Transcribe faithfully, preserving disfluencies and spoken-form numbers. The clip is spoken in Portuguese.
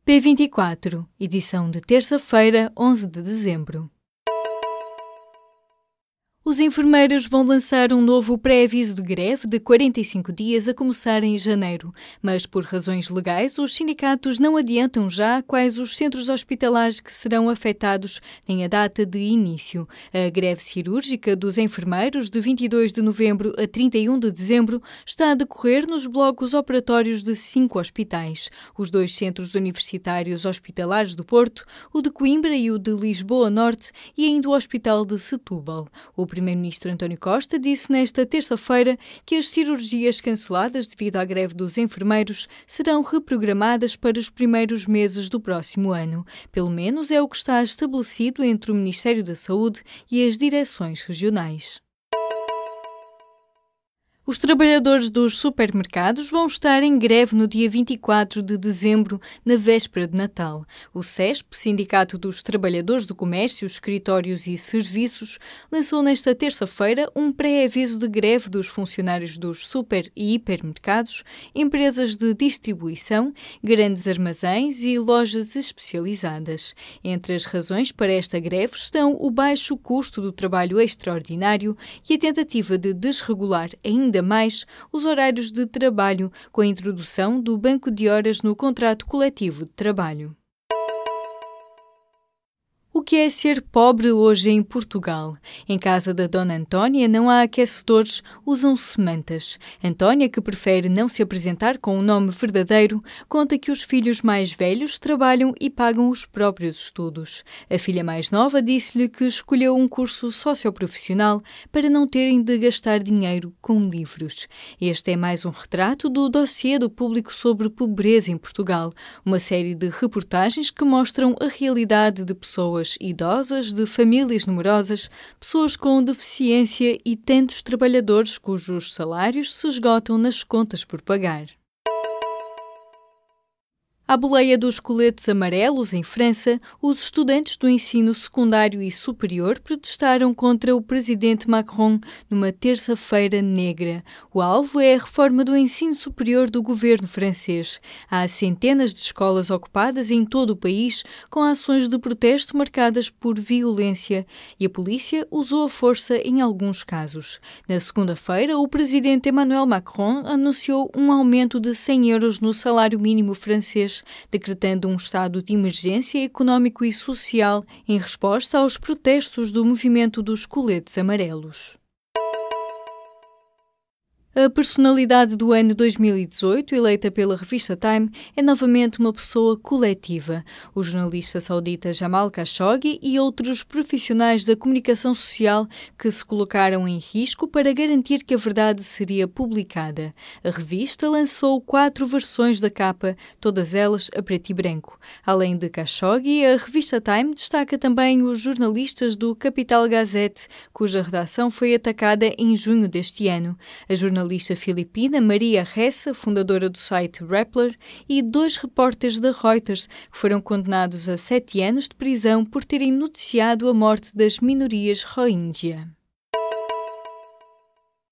P vinte e quatro, edição de terça-feira, onze de dezembro. Os enfermeiros vão lançar um novo pré-aviso de greve de quarenta e cinco dias a começar em janeiro, mas por razões legais os sindicatos não adiantam já quais os centros hospitalares que serão afetados nem a data de início. A greve cirúrgica dos enfermeiros de vinte e dois de novembro a trinta e um de dezembro está a decorrer nos blocos operatórios de cinco hospitais, os dois centros universitários hospitalares do Porto, o de Coimbra e o de Lisboa Norte e ainda o Hospital de Setúbal. O O primeiro-ministro António Costa disse nesta terça-feira que as cirurgias canceladas devido à greve dos enfermeiros serão reprogramadas para os primeiros meses do próximo ano. Pelo menos é o que está estabelecido entre o Ministério da Saúde e as direções regionais. Os trabalhadores dos supermercados vão estar em greve no dia vinte e quatro de dezembro, na véspera de Natal. O SESP, Sindicato dos Trabalhadores do Comércio, Escritórios e Serviços, lançou nesta terça-feira um pré-aviso de greve dos funcionários dos super e hipermercados, empresas de distribuição, grandes armazéns e lojas especializadas. Entre as razões para esta greve estão o baixo custo do trabalho extraordinário e a tentativa de desregular ainda mais os horários de trabalho com a introdução do banco de horas no contrato coletivo de trabalho. O que é ser pobre hoje em Portugal? Em casa da Dona Antónia não há aquecedores, usam-se mantas. Antónia, que prefere não se apresentar com o nome verdadeiro, conta que os filhos mais velhos trabalham e pagam os próprios estudos. A filha mais nova disse-lhe que escolheu um curso socioprofissional para não terem de gastar dinheiro com livros. Este é mais um retrato do dossiê do Público sobre pobreza em Portugal, uma série de reportagens que mostram a realidade de pessoas idosas, de famílias numerosas, pessoas com deficiência e tantos trabalhadores cujos salários se esgotam nas contas por pagar. À boleia dos coletes amarelos, em França, os estudantes do ensino secundário e superior protestaram contra o presidente Macron numa terça-feira negra. O alvo é a reforma do ensino superior do governo francês. Há centenas de escolas ocupadas em todo o país, com ações de protesto marcadas por violência, e a polícia usou a força em alguns casos. Na segunda-feira, o presidente Emmanuel Macron anunciou um aumento de cem euros no salário mínimo francês, decretando um estado de emergência económico e social em resposta aos protestos do movimento dos coletes amarelos. A personalidade do ano dois mil e dezoito, eleita pela revista Time, é novamente uma pessoa coletiva. O jornalista saudita Jamal Khashoggi e outros profissionais da comunicação social que se colocaram em risco para garantir que a verdade seria publicada. A revista lançou quatro versões da capa, todas elas a preto e branco. Além de Khashoggi, a revista Time destaca também os jornalistas do Capital Gazette, cuja redação foi atacada em junho deste ano. A jornalista jornalista filipina Maria Ressa, fundadora do site Rappler, e dois repórteres da Reuters, que foram condenados a sete anos de prisão por terem noticiado a morte das minorias Rohingya.